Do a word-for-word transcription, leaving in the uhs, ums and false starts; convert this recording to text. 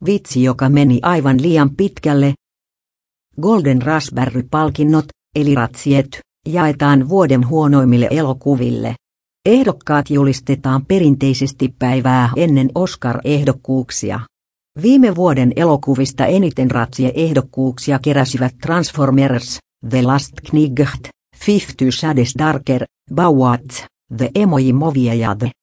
Vitsi, joka meni aivan liian pitkälle. Golden Raspberry-palkinnot, eli Razziet, jaetaan vuoden huonoimmille elokuville. Ehdokkaat julistetaan perinteisesti päivää ennen Oscar-ehdokkuuksia. Viime vuoden elokuvista eniten Razzie-ehdokkuuksia keräsivät Transformers, The Last Knight, Fifty Shades Darker, Baywatch, The Emoji Movie ja The